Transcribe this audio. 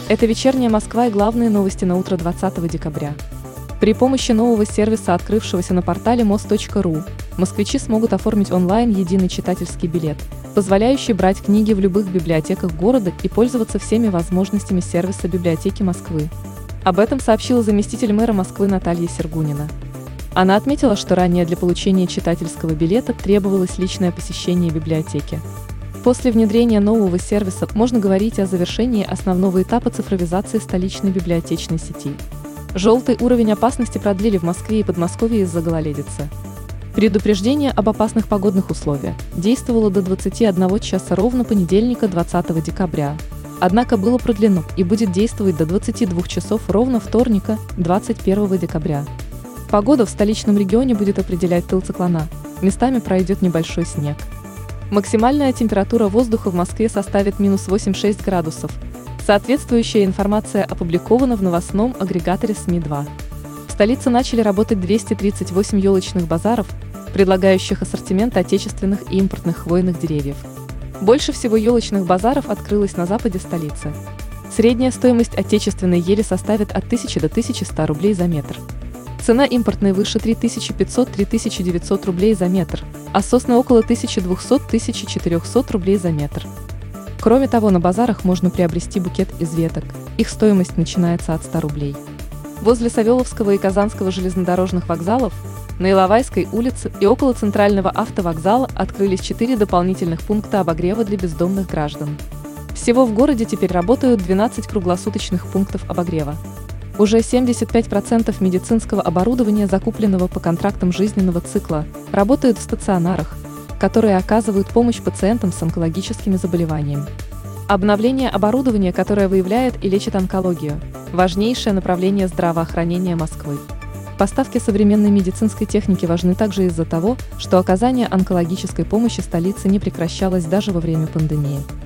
Это «Вечерняя Москва» и главные новости на утро 20 декабря. При помощи нового сервиса, открывшегося на портале moz.ru, москвичи смогут оформить онлайн единый читательский билет, позволяющий брать книги в любых библиотеках города и пользоваться всеми возможностями сервиса библиотеки Москвы. Об этом сообщила заместитель мэра Москвы Наталья Сергунина. Она отметила, что ранее для получения читательского билета требовалось личное посещение библиотеки. После внедрения нового сервиса можно говорить о завершении основного этапа цифровизации столичной библиотечной сети. Желтый уровень опасности продлили в Москве и Подмосковье из-за гололедицы. Предупреждение об опасных погодных условиях действовало до 21 часа ровно понедельника 20 декабря, однако было продлено и будет действовать до 22 часов ровно вторника 21 декабря. Погода в столичном регионе будет определять тыл циклона, местами пройдет небольшой снег. Максимальная температура воздуха в Москве составит минус 8,6 градусов. Соответствующая информация опубликована в новостном агрегаторе СМИ-2. В столице начали работать 238 елочных базаров, предлагающих ассортимент отечественных и импортных хвойных деревьев. Больше всего елочных базаров открылось на западе столицы. Средняя стоимость отечественной ели составит от 1000 до 1100 рублей за метр. Цена импортной выше 3500–3900 рублей за метр, а сосны около 1200–1400 рублей за метр. Кроме того, на базарах можно приобрести букет из веток, их стоимость начинается от 100 рублей. Возле Савеловского и Казанского железнодорожных вокзалов, на Иловайской улице и около Центрального автовокзала открылись 4 дополнительных пункта обогрева для бездомных граждан. Всего в городе теперь работают 12 круглосуточных пунктов обогрева. Уже 75% медицинского оборудования, закупленного по контрактам жизненного цикла, работают в стационарах, которые оказывают помощь пациентам с онкологическими заболеваниями. Обновление оборудования, которое выявляет и лечит онкологию – важнейшее направление здравоохранения Москвы. Поставки современной медицинской техники важны также из-за того, что оказание онкологической помощи столицы не прекращалось даже во время пандемии.